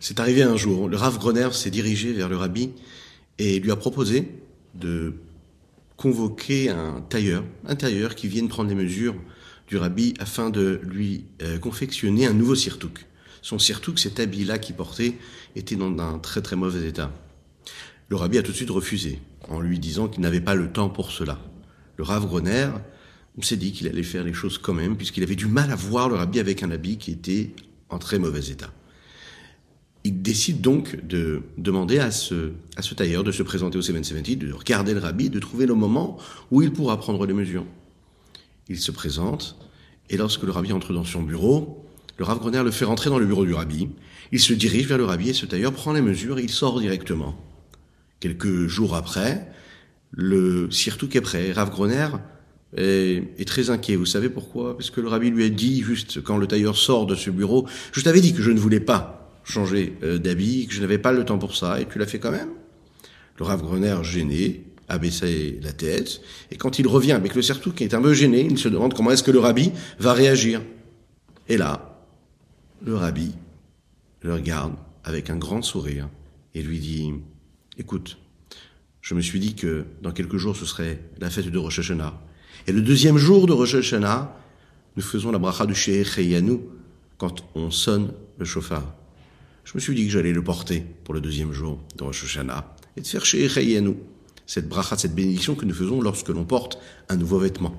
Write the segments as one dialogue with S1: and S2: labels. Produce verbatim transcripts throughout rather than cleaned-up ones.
S1: C'est arrivé un jour, le Rav Groner s'est dirigé vers le rabbi et lui a proposé de convoquer un tailleur, un tailleur qui vienne prendre les mesures du rabbi afin de lui euh, confectionner un nouveau sirtouk. Son sirtouk, cet habit-là qu'il portait, était dans un très très mauvais état. Le rabbi a tout de suite refusé, en lui disant qu'il n'avait pas le temps pour cela. Le Rav Groner s'est dit qu'il allait faire les choses quand même, puisqu'il avait du mal à voir le rabbi avec un habit qui était en très mauvais état. Il décide donc de demander à ce, à ce tailleur de se présenter au sept cent soixante-dix, de regarder le rabbi, de trouver le moment où il pourra prendre les mesures. Il se présente, et lorsque le rabbi entre dans son bureau, le Rav Groner le fait rentrer dans le bureau du rabbi. Il se dirige vers le rabbi et ce tailleur prend les mesures et il sort directement. Quelques jours après, le sirtouk est prêt. Rav Groner est, est très inquiet. Vous savez pourquoi? Parce que le rabbi lui a dit, juste quand le tailleur sort de ce bureau, « Je t'avais dit que je ne voulais pas changer euh, d'habit, que je n'avais pas le temps pour ça, et tu l'as fait quand même ?» Le Rav Groner, gêné, a baissé la tête, et quand il revient avec le sirtouk qui est un peu gêné, il se demande comment est-ce que le rabbi va réagir. Et là, le rabbi le regarde avec un grand sourire et lui dit « Écoute, je me suis dit que dans quelques jours ce serait la fête de Rosh Hashanah. Et le deuxième jour de Rosh Hashanah, nous faisons la bracha du Shehecheyanu quand on sonne le shofar. Je me suis dit que j'allais le porter pour le deuxième jour de Rosh Hashanah et de faire Shehecheyanu, cette bracha, cette bénédiction que nous faisons lorsque l'on porte un nouveau vêtement.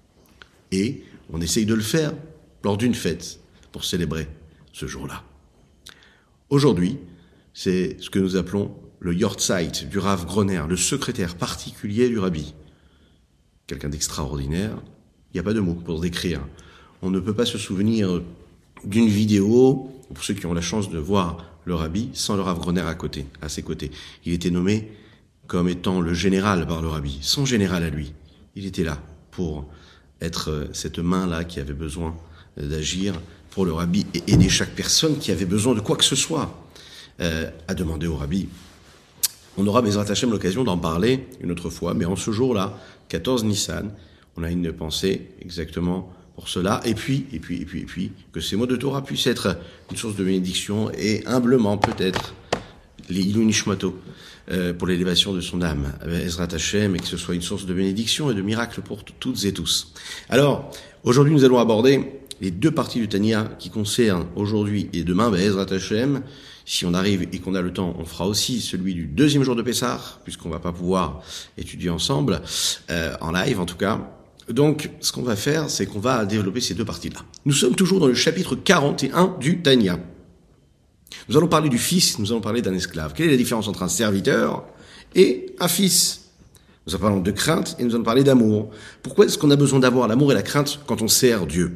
S1: Et on essaye de le faire lors d'une fête pour célébrer ce jour-là. Aujourd'hui, c'est ce que nous appelons le Yortzeit du Rav Groner, le secrétaire particulier du rabbi. Quelqu'un d'extraordinaire, il n'y a pas de mots pour décrire. On ne peut pas se souvenir d'une vidéo, pour ceux qui ont la chance de voir le rabbi, sans le Rav Groner à côté, à ses côtés. Il était nommé comme étant le général par le rabbi, son général à lui. Il était là pour être cette main-là qui avait besoin d'agir pour le rabbi et aider chaque personne qui avait besoin de quoi que ce soit euh, à demander au rabbi. On aura, Bezrat Hashem, l'occasion d'en parler une autre fois, mais en ce jour-là, quatorze Nissan, on a une pensée exactement pour cela, et puis, et puis, et puis, et puis, que ces mots de Torah puissent être une source de bénédiction, et humblement, peut-être, les Ilou Nishmato, euh, pour l'élévation de son âme, Bezrat Hashem, et que ce soit une source de bénédiction et de miracle pour t- toutes et tous. Alors, aujourd'hui, nous allons aborder les deux parties du Tanya qui concernent aujourd'hui et demain, Bezrat Hashem. Si on arrive et qu'on a le temps, on fera aussi celui du deuxième jour de Pessah, puisqu'on va pas pouvoir étudier ensemble, euh, en live en tout cas. Donc, ce qu'on va faire, c'est qu'on va développer ces deux parties-là. Nous sommes toujours dans le chapitre quarante et un du Tanya. Nous allons parler du fils, nous allons parler d'un esclave. Quelle est la différence entre un serviteur et un fils? Nous allons parler de crainte et nous allons parler d'amour. Pourquoi est-ce qu'on a besoin d'avoir l'amour et la crainte quand on sert Dieu?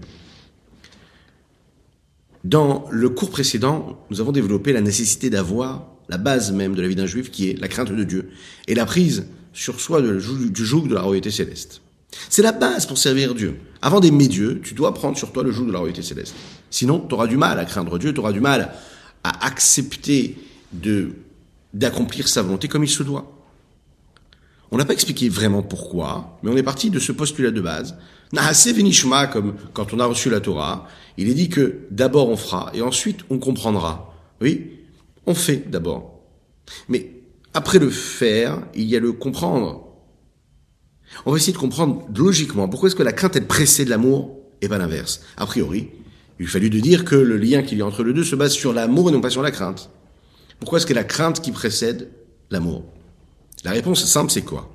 S1: Dans le cours précédent, nous avons développé la nécessité d'avoir la base même de la vie d'un juif qui est la crainte de Dieu et la prise sur soi de, du joug de la royauté céleste. C'est la base pour servir Dieu. Avant d'aimer Dieu, tu dois prendre sur toi le joug de la royauté céleste. Sinon, tu auras du mal à craindre Dieu, tu auras du mal à accepter de, d'accomplir sa volonté comme il se doit. On n'a pas expliqué vraiment pourquoi, mais on est parti de ce postulat de base. Nahase venishma, comme quand on a reçu la Torah, il est dit que d'abord on fera et ensuite on comprendra. Oui, on fait d'abord. Mais après le faire, il y a le comprendre. On va essayer de comprendre logiquement pourquoi est-ce que la crainte elle précède l'amour et pas l'inverse. A priori, il fallut de dire que le lien qu'il y a entre les deux se base sur l'amour et non pas sur la crainte. Pourquoi est-ce que la crainte qui précède l'amour? La réponse simple, c'est quoi?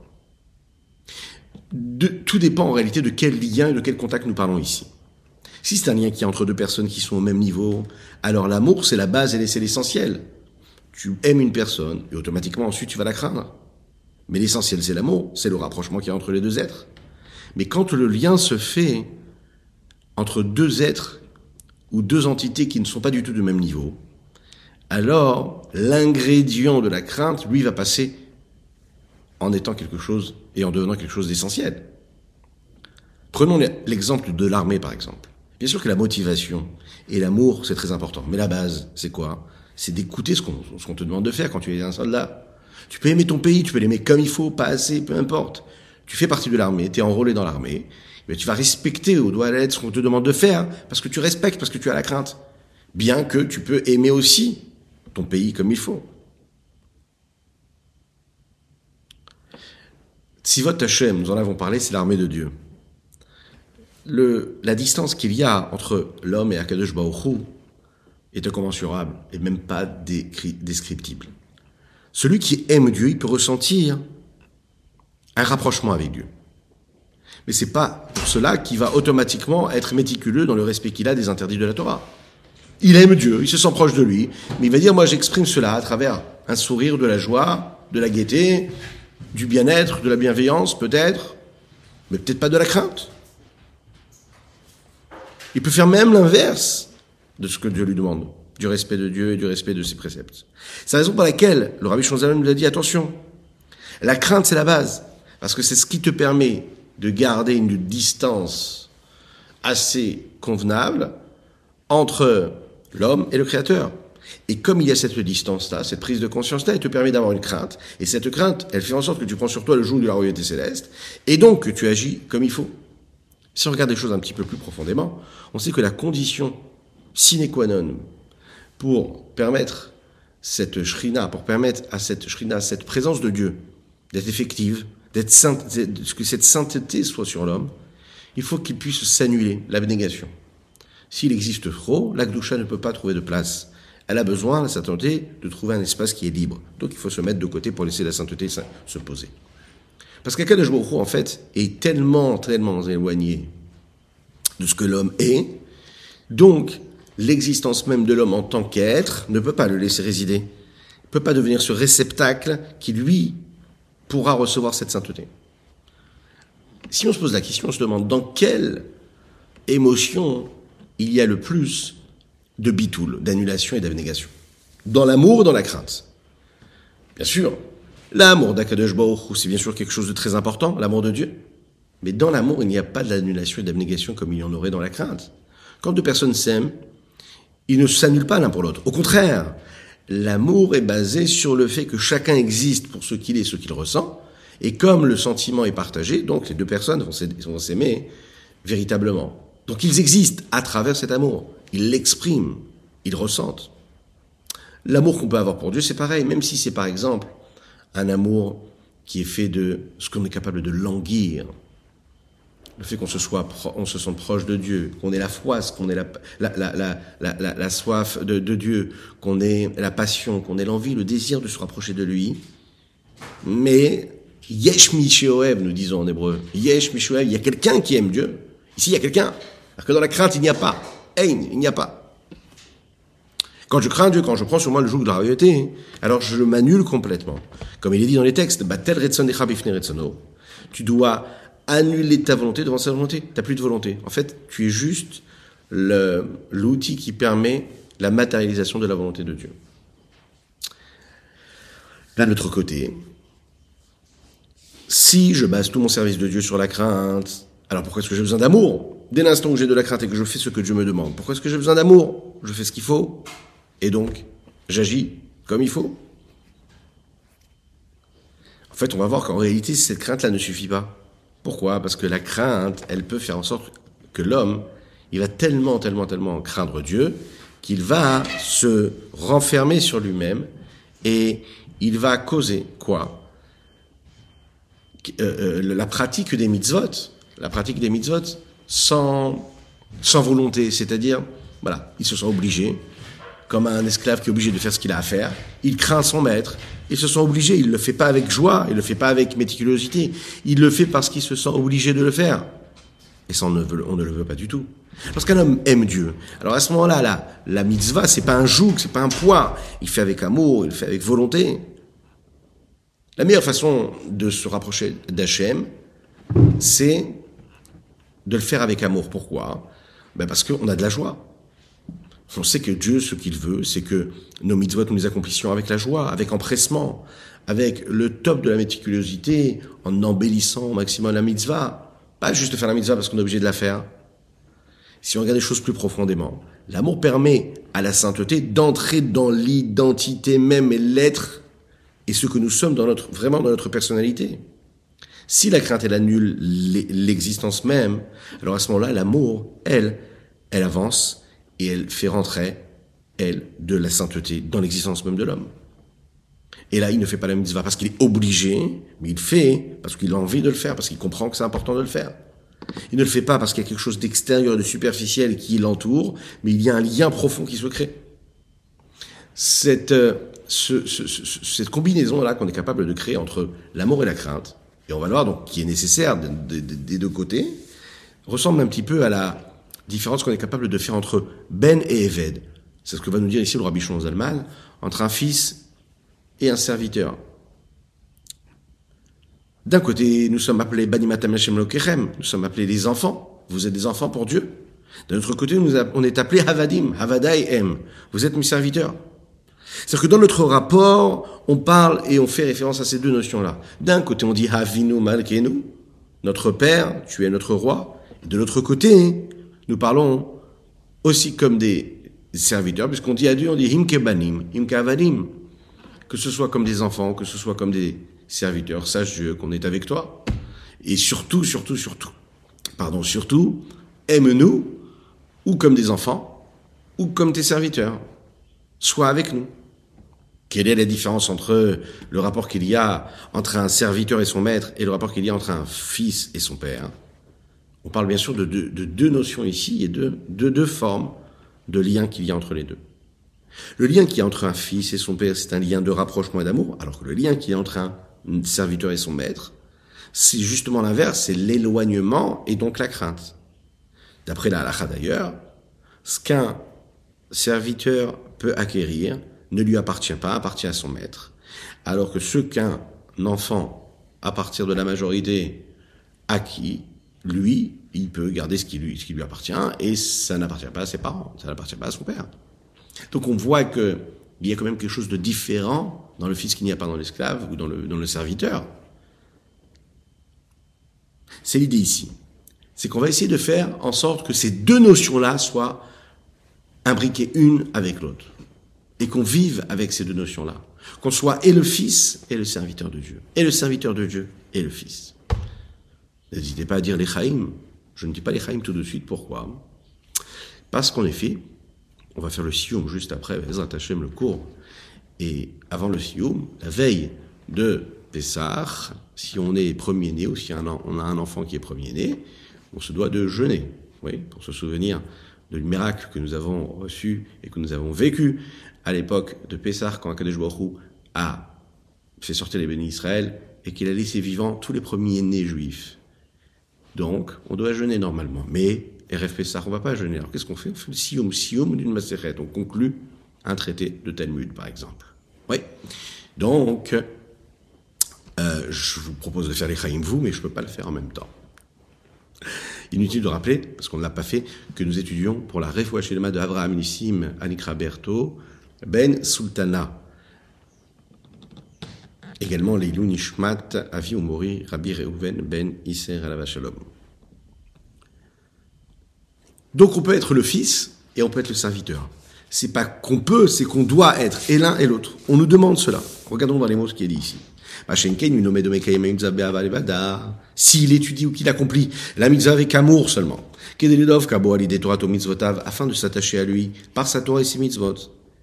S1: De, tout dépend en réalité de quel lien et de quel contact nous parlons ici. Si c'est un lien qui est entre deux personnes qui sont au même niveau, alors l'amour, c'est la base et c'est l'essentiel. Tu aimes une personne et automatiquement ensuite tu vas la craindre. Mais l'essentiel, c'est l'amour, c'est le rapprochement qu'il y a entre les deux êtres. Mais quand le lien se fait entre deux êtres ou deux entités qui ne sont pas du tout du même niveau, alors l'ingrédient de la crainte, lui, va passer en étant quelque chose et en devenant quelque chose d'essentiel. Prenons l'exemple de l'armée, par exemple. Bien sûr que la motivation et l'amour, c'est très important. Mais la base, c'est quoi? C'est d'écouter ce qu'on, ce qu'on te demande de faire quand tu es un soldat. Tu peux aimer ton pays, tu peux l'aimer comme il faut, pas assez, peu importe. Tu fais partie de l'armée, tu es enrôlé dans l'armée, mais tu vas respecter au doigt à la lettre ce qu'on te demande de faire, parce que tu respectes, parce que tu as la crainte. Bien que tu peux aimer aussi ton pays comme il faut. Tzivot Hashem, nous en avons parlé, c'est l'armée de Dieu. Le, la distance qu'il y a entre l'homme et Akadosh Baruch Hu est incommensurable et même pas décri, descriptible. Celui qui aime Dieu, il peut ressentir un rapprochement avec Dieu. Mais c'est pas pour cela qu'il va automatiquement être méticuleux dans le respect qu'il a des interdits de la Torah. Il aime Dieu, il se sent proche de lui, mais il va dire, moi j'exprime cela à travers un sourire, de la joie, de la gaieté, du bien-être, de la bienveillance peut-être, mais peut-être pas de la crainte. Il peut faire même l'inverse de ce que Dieu lui demande, du respect de Dieu et du respect de ses préceptes. C'est la raison pour laquelle le Rabbi Shlomo nous a dit, attention, la crainte c'est la base, parce que c'est ce qui te permet de garder une distance assez convenable entre l'homme et le Créateur. Et comme il y a cette distance-là, cette prise de conscience-là, elle te permet d'avoir une crainte. Et cette crainte, elle fait en sorte que tu prends sur toi le joug de la royauté céleste, et donc que tu agis comme il faut. Si on regarde les choses un petit peu plus profondément, on sait que la condition sine qua non pour permettre cette shrina, pour permettre à cette shrina, cette présence de Dieu, d'être effective, d'être sainte, que cette sainteté soit sur l'homme, il faut qu'il puisse s'annuler, l'abnégation. S'il existe trop, la Kedusha ne peut pas trouver de place. Elle a besoin, la sainteté, de trouver un espace qui est libre. Donc il faut se mettre de côté pour laisser la sainteté se poser. Parce qu'Akadosh Baruch Hu, en fait, est tellement, tellement éloigné de ce que l'homme est, donc l'existence même de l'homme en tant qu'être ne peut pas le laisser résider. Il ne peut pas devenir ce réceptacle qui, lui, pourra recevoir cette sainteté. Si on se pose la question, on se demande dans quelle émotion il y a le plus de bitoul, d'annulation et d'abnégation. Dans l'amour ou dans la crainte? Bien sûr, l'amour d'Akadosh Baruch Hu, c'est bien sûr quelque chose de très important, l'amour de Dieu. Mais dans l'amour, il n'y a pas d'annulation et d'abnégation comme il y en aurait dans la crainte. Quand deux personnes s'aiment, ils ne s'annulent pas l'un pour l'autre. Au contraire, l'amour est basé sur le fait que chacun existe pour ce qu'il est, ce qu'il ressent. Et comme le sentiment est partagé, donc les deux personnes vont s'aimer véritablement. Donc ils existent à travers cet amour. Ils l'expriment, ils ressentent. L'amour qu'on peut avoir pour Dieu, c'est pareil, même si c'est par exemple un amour qui est fait de ce qu'on est capable de languir. Le fait qu'on se soit, on se sente proche de Dieu, qu'on ait la foi, qu'on ait la, la, la, la, la, la, la soif de, de Dieu, qu'on ait la passion, qu'on ait l'envie, le désir de se rapprocher de lui. Mais, yesh mi sheohev, nous disons en hébreu. Yesh mi sheohev, il y a quelqu'un qui aime Dieu. Ici, il y a quelqu'un. Alors que dans la crainte, il n'y a pas. Ein, il n'y a pas. Quand je crains Dieu, quand je prends sur moi le joug de la royauté, alors je m'annule complètement. Comme il est dit dans les textes, Batel retson decha bifnei retsono. Tu dois annuler ta volonté devant sa volonté. Tu n'as plus de volonté. En fait, tu es juste le, l'outil qui permet la matérialisation de la volonté de Dieu. D'un autre côté, si je base tout mon service de Dieu sur la crainte, alors pourquoi est-ce que j'ai besoin d'amour? Dès l'instant où j'ai de la crainte et que je fais ce que Dieu me demande, pourquoi est-ce que j'ai besoin d'amour? Je fais ce qu'il faut, et donc, j'agis comme il faut. En fait, on va voir qu'en réalité, cette crainte-là ne suffit pas. Pourquoi? Parce que la crainte, elle peut faire en sorte que l'homme, il va tellement, tellement, tellement craindre Dieu, qu'il va se renfermer sur lui-même, et il va causer quoi? euh, euh, La pratique des mitzvot, la pratique des mitzvot, sans, sans volonté, c'est-à-dire, voilà, il se sent obligé, comme un esclave qui est obligé de faire ce qu'il a à faire, il craint son maître, il se sent obligé, il ne le fait pas avec joie, il ne le fait pas avec méticulosité, il le fait parce qu'il se sent obligé de le faire. Et ça, on ne, veut, on ne le veut pas du tout. Lorsqu'un homme aime Dieu, alors à ce moment-là, la, la mitzvah, c'est pas un joug, c'est pas un poids, il fait avec amour, il le fait avec volonté. La meilleure façon de se rapprocher d'Hachem, c'est de le faire avec amour. Pourquoi? Ben parce qu'on a de la joie. On sait que Dieu, ce qu'il veut, c'est que nos mitzvot, nous les accomplissions avec la joie, avec empressement, avec le top de la méticulosité, en embellissant au maximum la mitzvah. Pas juste faire la mitzvah parce qu'on est obligé de la faire. Si on regarde les choses plus profondément, l'amour permet à la sainteté d'entrer dans l'identité même et l'être et ce que nous sommes dans notre, vraiment dans notre personnalité. Si la crainte, elle annule l'existence même, alors à ce moment-là, l'amour, elle, elle avance et elle fait rentrer, elle, de la sainteté dans l'existence même de l'homme. Et là, il ne fait pas la mitzvah parce qu'il est obligé, mais il fait parce qu'il a envie de le faire, parce qu'il comprend que c'est important de le faire. Il ne le fait pas parce qu'il y a quelque chose d'extérieur, de superficiel qui l'entoure, mais il y a un lien profond qui se crée. Cette, euh, ce, ce, ce, cette combinaison-là qu'on est capable de créer entre l'amour et la crainte, et on va le voir, donc, qui est nécessaire de, de, de, des deux côtés, ressemble un petit peu à la différence qu'on est capable de faire entre Ben et Eved. C'est ce que va nous dire ici le Rabbi Shlomo Zalman, entre un fils et un serviteur. D'un côté, nous sommes appelés Banimatam Hashem Lokechem, nous sommes appelés les enfants, vous êtes des enfants pour Dieu. D'un autre côté, nous a, on est appelés Havadim, Havadai Em, vous êtes mes serviteurs. C'est-à-dire que dans notre rapport, on parle et on fait référence à ces deux notions-là. D'un côté, on dit Havinu Malkenu, notre Père, tu es notre roi. Et de l'autre côté, nous parlons aussi comme des serviteurs, puisqu'on dit à Dieu, on dit Himke Banim, Himke Havadim. Que ce soit comme des enfants, que ce soit comme des serviteurs, sache Dieu qu'on est avec toi. Et surtout, surtout, surtout, pardon, surtout, aime-nous, ou comme des enfants, ou comme tes serviteurs. Sois avec nous. Quelle est la différence entre le rapport qu'il y a entre un serviteur et son maître et le rapport qu'il y a entre un fils et son père? On parle bien sûr de deux, de deux notions ici et de, de deux formes de lien qu'il y a entre les deux. Le lien qu'il y a entre un fils et son père, c'est un lien de rapprochement et d'amour, alors que le lien qu'il y a entre un serviteur et son maître, c'est justement l'inverse, c'est l'éloignement et donc la crainte. D'après la halakha d'ailleurs, ce qu'un serviteur peut acquérir ne lui appartient pas, appartient à son maître, alors que ce qu'un enfant, à partir de la majorité, acquis, lui, il peut garder ce qui lui, ce qui lui appartient, et ça n'appartient pas à ses parents, ça n'appartient pas à son père. Donc on voit qu'il y a quand même quelque chose de différent dans le fils qu'il n'y a pas dans l'esclave ou dans le, dans le serviteur. C'est l'idée ici. C'est qu'on va essayer de faire en sorte que ces deux notions-là soient imbriquées une avec l'autre. Et qu'on vive avec ces deux notions-là. Qu'on soit et le fils et le serviteur de Dieu. Et le serviteur de Dieu et le fils. N'hésitez pas à dire les chaïm. Je ne dis pas les chaïm tout de suite. Pourquoi? Parce qu'en effet, on va faire le sioum juste après, Ezrat Hashem, le cours. Et avant le sioum, la veille de Pessah, si on est premier-né ou si on a un enfant qui est premier-né, on se doit de jeûner, oui, pour se souvenir du miracle que nous avons reçu et que nous avons vécu à l'époque de Pessah, quand Akadosh Baruch Hu a fait sortir les bénis Israël et qu'il a laissé vivants tous les premiers-nés juifs. Donc, on doit jeûner normalement. Mais, R F Pessah, on ne va pas jeûner. Alors, qu'est-ce qu'on fait? On fait le sioum, sioum d'une maseret. On conclut un traité de Talmud, par exemple. Oui. Donc, euh, je vous propose de faire les chaïm vous, mais je ne peux pas le faire en même temps. Inutile de rappeler, parce qu'on ne l'a pas fait, que nous étudions pour la Refoua Shelema de Avraham Nissim Anikra Berto Ben Sultana. Également l'Eilou Nishmat Avi Umori Rabbi Reuven Ben Isser Alav Shalom. Donc on peut être le fils et on peut être le serviteur. C'est pas qu'on peut, c'est qu'on doit être et l'un et l'autre. On nous demande cela. Regardons dans les mots ce qui est dit ici. S'il étudie ou qu'il accomplit la mitzvah avec amour seulement, afin de s'attacher à lui par sa Torah et ses mitzvot,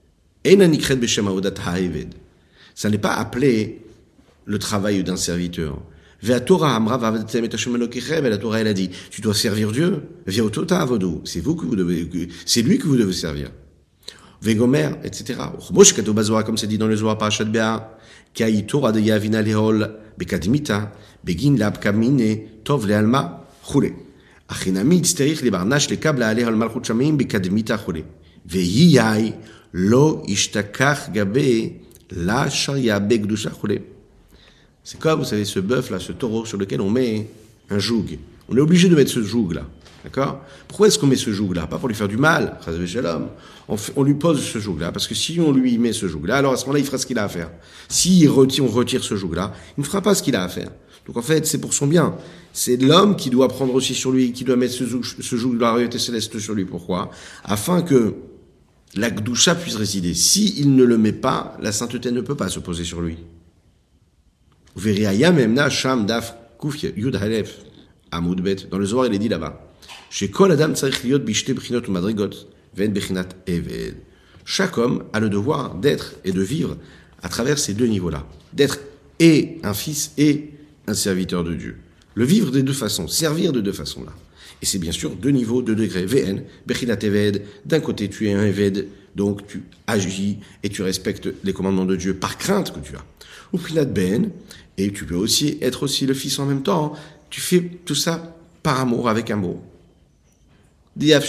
S1: ça n'est pas appelé le travail d'un serviteur. La Torah elle a dit, tu dois servir Dieu. C'est vous que vous devez, c'est lui que vous devez servir. Vegomer, et cetera. Comme c'est dit dans le Zohar Parashat Be'ah, Kai Torah de Yavina Lehol, Bekadmita, Begin Labkamine, Tov Lealma, Chule. Achinami Tzterich Lebarnash Lekabla Alehol Malchut Shamim, Bekadmita Chule. Vehiyai, Lo Ishtakach Gabe, La Sharia Begdusha Chule. C'est comme, vous savez, ce bœuf là, ce taureau sur lequel on met un joug. On est obligé de mettre ce joug là. D'accord? Pourquoi est-ce qu'on met ce joug-là? Pas pour lui faire du mal, on, fait, on lui pose ce joug-là, parce que si on lui met ce joug-là, alors à ce moment-là, il fera ce qu'il a à faire. Si retire, on retire ce joug-là, il ne fera pas ce qu'il a à faire. Donc en fait, c'est pour son bien. C'est l'homme qui doit prendre aussi sur lui, qui doit mettre ce joug, ce joug de la royauté céleste sur lui. Pourquoi? Afin que la Gdusha puisse résider. Si il ne le met pas, la sainteté ne peut pas se poser sur lui. Vous verrez, Ayam Emna Sham Daf Kuf Yud Halef Amoud Bet. Dans le Zohar, il est dit là-bas. Chez Kol Adam Tzarich Liot Bishte Bchinot ou Madrigot Ven Bechinat Eved. Chaque homme a le devoir d'être et de vivre à travers ces deux niveaux-là. D'être et un fils et un serviteur de Dieu. Le vivre de deux façons, servir de deux façons-là. Et c'est bien sûr deux niveaux, deux degrés. V N, Bechinat Eved, d'un côté tu es un Eved, donc tu agis et tu respectes les commandements de Dieu par crainte que tu as. Ou Bechinat Ben, et tu peux aussi être aussi le fils en même temps. Tu fais tout ça par amour, avec amour. Bien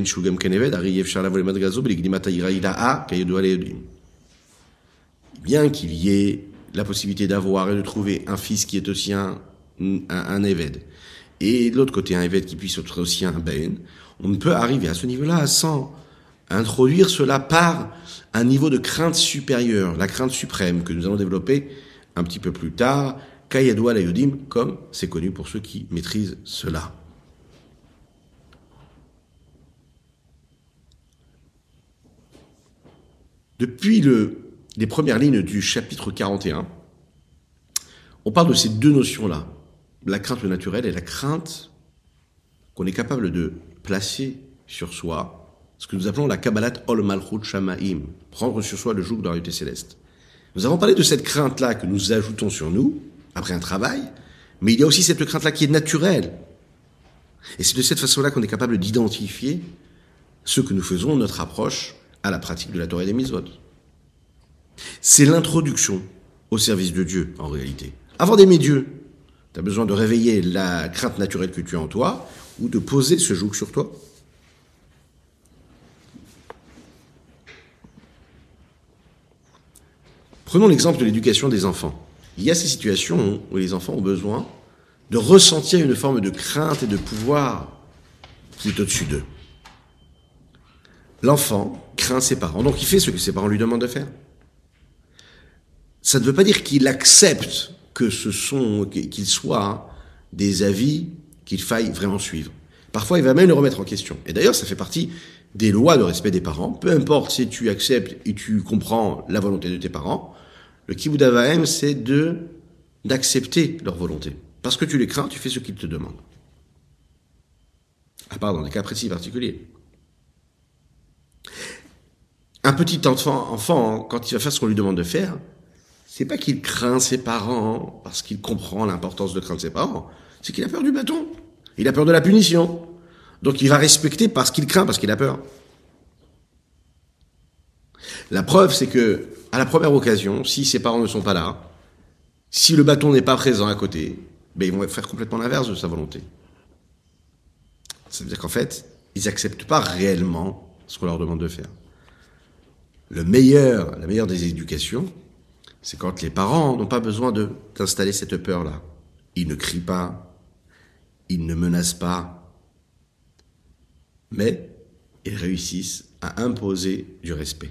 S1: qu'il y ait la possibilité d'avoir et de trouver un fils qui est aussi un, un, un Eved, et de l'autre côté un Eved qui puisse être aussi un Ben, on ne peut arriver à ce niveau-là sans introduire cela par un niveau de crainte supérieure, la crainte suprême que nous allons développer un petit peu plus tard, Kayadwa la Yodim, comme c'est connu pour ceux qui maîtrisent cela. Depuis le, les premières lignes du chapitre quarante et un, on parle de ces deux notions-là, la crainte naturelle et la crainte qu'on est capable de placer sur soi, ce que nous appelons la Kabbalat Ol Malchut Shamaim, prendre sur soi le joug de la royauté céleste. Nous avons parlé de cette crainte-là que nous ajoutons sur nous, après un travail, mais il y a aussi cette crainte-là qui est naturelle. Et c'est de cette façon-là qu'on est capable d'identifier ce que nous faisons, notre approche à la pratique de la Torah et des Mitzvot. C'est l'introduction au service de Dieu, en réalité. Avant d'aimer Dieu, tu as besoin de réveiller la crainte naturelle que tu as en toi, ou de poser ce joug sur toi. Prenons l'exemple de l'éducation des enfants. Il y a ces situations où les enfants ont besoin de ressentir une forme de crainte et de pouvoir qui est au-dessus d'eux. L'enfant craint ses parents, donc il fait ce que ses parents lui demandent de faire. Ça ne veut pas dire qu'il accepte que ce sont, qu'ils soient des avis qu'il faille vraiment suivre. Parfois, il va même le remettre en question. Et d'ailleurs, ça fait partie des lois de respect des parents. Peu importe si tu acceptes et tu comprends la volonté de tes parents, le kibud avaim, c'est de d'accepter leur volonté. Parce que tu les crains, tu fais ce qu'ils te demandent. À part dans des cas précis particuliers. Un petit enfant, enfant, quand il va faire ce qu'on lui demande de faire, c'est pas qu'il craint ses parents parce qu'il comprend l'importance de craindre ses parents, c'est qu'il a peur du bâton. Il a peur de la punition. Donc il va respecter parce qu'il craint, parce qu'il a peur. La preuve, c'est que, à la première occasion, si ses parents ne sont pas là, si le bâton n'est pas présent à côté, ben ils vont faire complètement l'inverse de sa volonté. Ça veut dire qu'en fait, ils n'acceptent pas réellement ce qu'on leur demande de faire. Le meilleur, la meilleure des éducations, c'est quand les parents n'ont pas besoin de d'installer cette peur-là. Ils ne crient pas, ils ne menacent pas, mais ils réussissent à imposer du respect.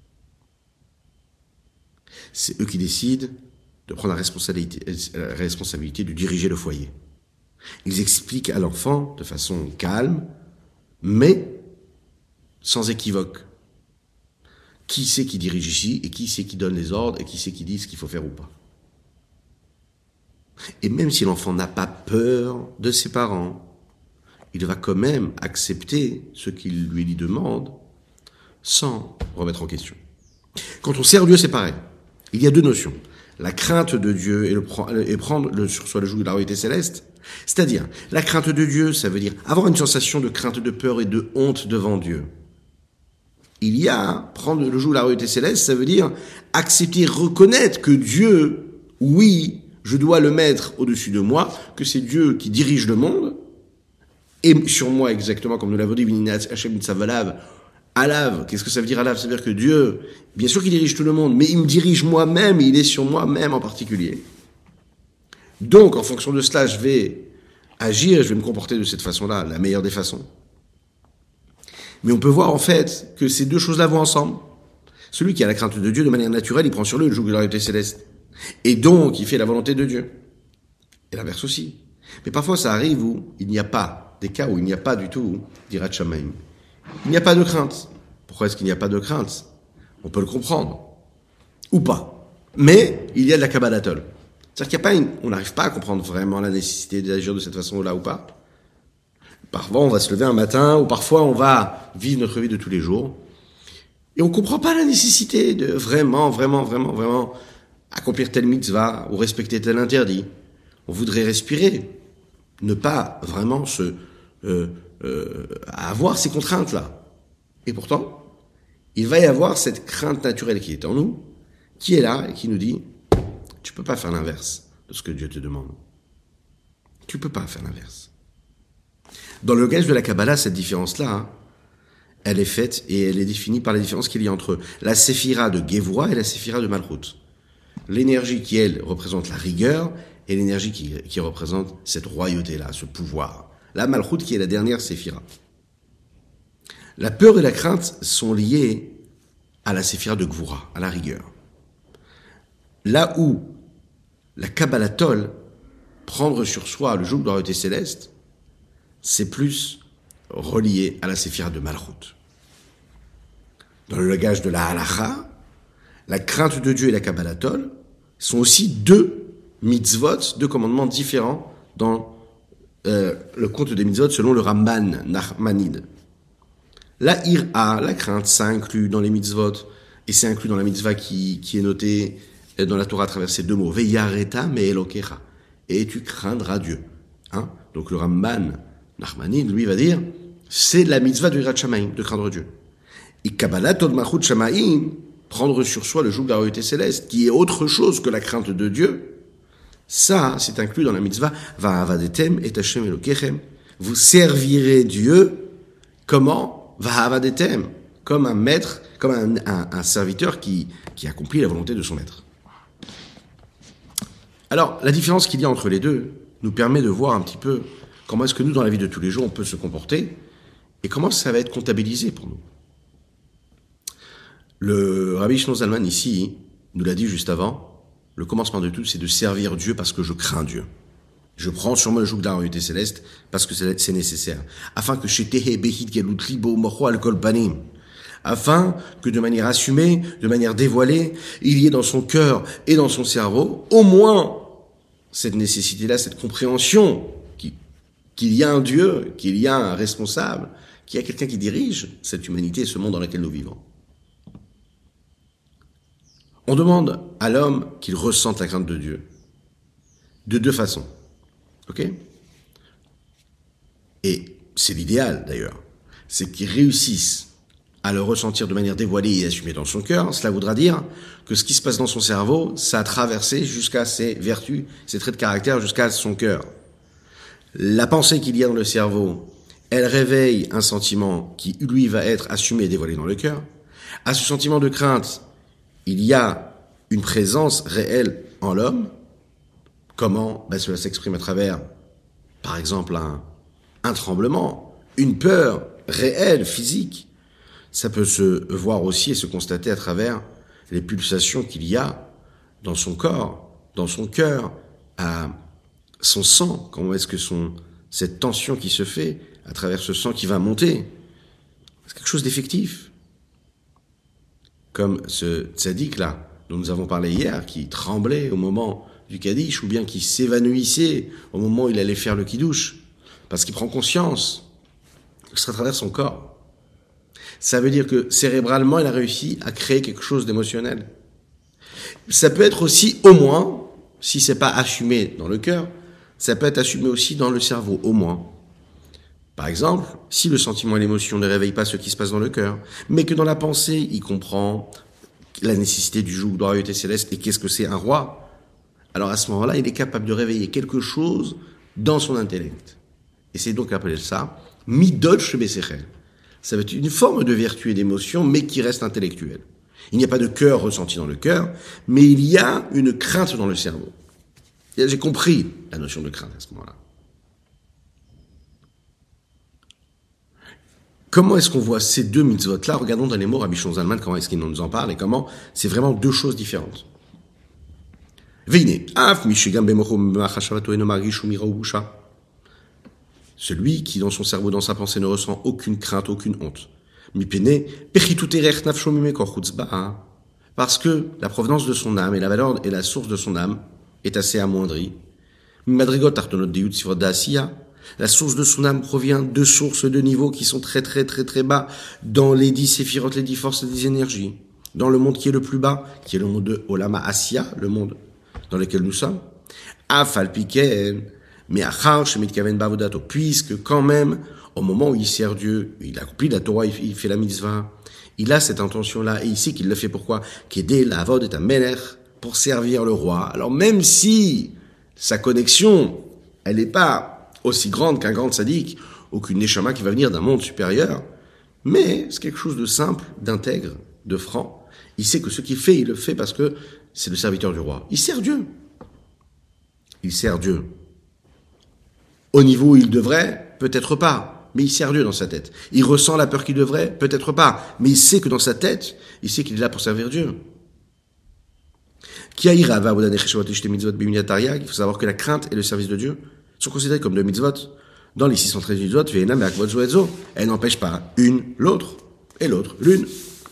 S1: C'est eux qui décident de prendre la responsabilité, la responsabilité de diriger le foyer. Ils expliquent à l'enfant de façon calme, mais sans équivoque. Qui c'est qui dirige ici, et qui c'est qui donne les ordres, et qui c'est qui dit ce qu'il faut faire ou pas. Et même si l'enfant n'a pas peur de ses parents, il va quand même accepter ce qu'ils lui demandent sans remettre en question. Quand on sert Dieu, c'est pareil. Il y a deux notions. La crainte de Dieu et, le, et prendre le, sur soi le joug de la royauté céleste. C'est-à-dire, la crainte de Dieu, ça veut dire avoir une sensation de crainte, de peur et de honte devant Dieu. Il y a, prendre le joug de la royauté céleste, ça veut dire accepter, reconnaître que Dieu, oui, je dois le mettre au-dessus de moi, que c'est Dieu qui dirige le monde, et sur moi exactement, comme nous l'avons dit, Hashem Tzavalav, Alav, qu'est-ce que ça veut dire Alav? Ça veut dire que Dieu, bien sûr qu'il dirige tout le monde, mais il me dirige moi-même, et il est sur moi-même en particulier. Donc, en fonction de cela, je vais agir, je vais me comporter de cette façon-là, la meilleure des façons. Mais on peut voir en fait que ces deux choses-là vont ensemble. Celui qui a la crainte de Dieu de manière naturelle, il prend sur lui le joug de la royauté céleste. Et donc, il fait la volonté de Dieu. Et l'inverse aussi. Mais parfois, ça arrive où il n'y a pas, des cas où il n'y a pas du tout d'Irat Shamaim. Il n'y a pas de crainte. Pourquoi est-ce qu'il n'y a pas de crainte? On peut le comprendre. Ou pas. Mais, il y a de la Kabbalatol. C'est-à-dire qu'il n'y a pas une, on n'arrive pas à comprendre vraiment la nécessité d'agir de cette façon-là ou pas. Parfois, on va se lever un matin, ou parfois, on va vivre notre vie de tous les jours. Et on ne comprend pas la nécessité de vraiment, vraiment, vraiment, vraiment accomplir telle mitzvah ou respecter tel interdit. On voudrait respirer, ne pas vraiment se euh, euh, avoir ces contraintes-là. Et pourtant, il va y avoir cette crainte naturelle qui est en nous, qui est là et qui nous dit « Tu ne peux pas faire l'inverse de ce que Dieu te demande. Tu ne peux pas faire l'inverse. » Dans le langage de la Kabbalah, cette différence-là, hein, elle est faite et elle est définie par la différence qu'il y a entre la séphira de Gevura et la séphira de Malchut. L'énergie qui, elle, représente la rigueur et l'énergie qui, qui représente cette royauté-là, ce pouvoir. La Malchut qui est la dernière séphira. La peur et la crainte sont liées à la séphira de Gevura, à la rigueur. Là où la Kabbalatol, prendre sur soi le joug de la royauté céleste, c'est plus relié à la séphira de Malchut. Dans le langage de la halacha, la crainte de Dieu et la Kabbalatol sont aussi deux mitzvot, deux commandements différents dans euh, le compte des mitzvot selon le Ramban Nachmanide. La ira, la crainte, ça inclut dans les mitzvot, et c'est inclus dans la mitzvah qui, qui est notée dans la Torah à travers ces deux mots, Veyareta me Elokecha, et tu craindras Dieu. Hein? Donc le Ramban Nachmanide, lui, va dire, c'est la mitzvah de Yirat Shamayim, de craindre Dieu. Et Kabbalat od Malchut Shamayim, prendre sur soi le joug de la royauté céleste, qui est autre chose que la crainte de Dieu, ça, c'est inclus dans la mitzvah, Va'avadetem et Hashem Elokechem. Vous servirez Dieu, comment? Va'avadetem, comme un maître, comme un, un, un serviteur qui, qui accomplit la volonté de son maître. Alors, la différence qu'il y a entre les deux nous permet de voir un petit peu comment est-ce que nous, dans la vie de tous les jours, on peut se comporter et comment ça va être comptabilisé pour nous. Le Rabbi Shlomo Zalman, ici, nous l'a dit juste avant, le commencement de tout, c'est de servir Dieu parce que je crains Dieu. Je prends sur moi le joug de la royauté céleste parce que c'est nécessaire. Afin que shetehe behit gelut libo mocho al kol panim. Afin que de manière assumée, de manière dévoilée, il y ait dans son cœur et dans son cerveau, au moins, cette nécessité-là, cette compréhension qu'il y a un Dieu, qu'il y a un responsable, qu'il y a quelqu'un qui dirige cette humanité et ce monde dans lequel nous vivons. On demande à l'homme qu'il ressente la crainte de Dieu. De deux façons. Ok ? Et c'est l'idéal d'ailleurs. C'est qu'il réussisse à le ressentir de manière dévoilée et assumée dans son cœur. Cela voudra dire que ce qui se passe dans son cerveau, ça a traversé jusqu'à ses vertus, ses traits de caractère, jusqu'à son cœur. La pensée qu'il y a dans le cerveau, elle réveille un sentiment qui, lui, va être assumé et dévoilé dans le cœur. À ce sentiment de crainte, il y a une présence réelle en l'homme. Comment? Ben, cela s'exprime à travers, par exemple, un, un tremblement, une peur réelle, physique. Ça peut se voir aussi et se constater à travers les pulsations qu'il y a dans son corps, dans son cœur, à son sang. Comment est-ce que son, cette tension qui se fait à travers ce sang qui va monter? C'est quelque chose d'effectif. Comme ce tzaddik-là, dont nous avons parlé hier, qui tremblait au moment du Kaddish, ou bien qui s'évanouissait au moment où il allait faire le Kiddush, parce qu'il prend conscience que c'est à travers son corps. Ça veut dire que cérébralement, il a réussi à créer quelque chose d'émotionnel. Ça peut être aussi, au moins, si c'est pas assumé dans le cœur, ça peut être assumé aussi dans le cerveau, au moins. Par exemple, si le sentiment et l'émotion ne réveillent pas ce qui se passe dans le cœur, mais que dans la pensée, il comprend la nécessité du joug de la royauté céleste et qu'est-ce que c'est un roi, alors à ce moment-là, il est capable de réveiller quelque chose dans son intellect. Et c'est donc appelé ça midot shebesechel. Ça va être une forme de vertu et d'émotion, mais qui reste intellectuelle. Il n'y a pas de cœur ressenti dans le cœur, mais il y a une crainte dans le cerveau. Et j'ai compris la notion de crainte à ce moment-là. Comment est-ce qu'on voit ces deux mitzvot-là? Regardons dans les mots Rabbi Shlomo Zalman, comment est-ce qu'il nous en parle et comment c'est vraiment deux choses différentes. Celui qui, dans son cerveau, dans sa pensée, ne ressent aucune crainte, aucune honte. Parce que la provenance de son âme et la valeur et la source de son âme est assez amoindrie. La source de son âme provient de sources de niveaux qui sont très très très très bas dans les dix séphirotes, les dix forces, les dix énergies. Dans le monde qui est le plus bas, qui est le monde de Olama Asya, le monde dans lequel nous sommes. Afal Piken, mais Achar Shemitkaven Bavodato, puisque quand même, au moment où il sert Dieu, il accomplit la Torah, il fait la mitzvah, il a cette intention-là, et il sait qu'il le fait pourquoi? Qu'aider la Avod et un Melech, pour servir le roi. Alors même si sa connexion, elle n'est pas aussi grande qu'un grand tzaddik, ou qu'une neshama qui va venir d'un monde supérieur, mais c'est quelque chose de simple, d'intègre, de franc. Il sait que ce qu'il fait, il le fait parce que c'est le serviteur du roi. Il sert Dieu. Il sert Dieu. Au niveau où il devrait, peut-être pas, mais il sert Dieu dans sa tête. Il ressent la peur qu'il devrait, peut-être pas, mais il sait que dans sa tête, il sait qu'il est là pour servir Dieu. Il faut savoir que la crainte et le service de Dieu sont considérés comme deux mitzvot. Dans les six cent treize mitzvot, elles n'empêchent pas une l'autre, et l'autre l'une.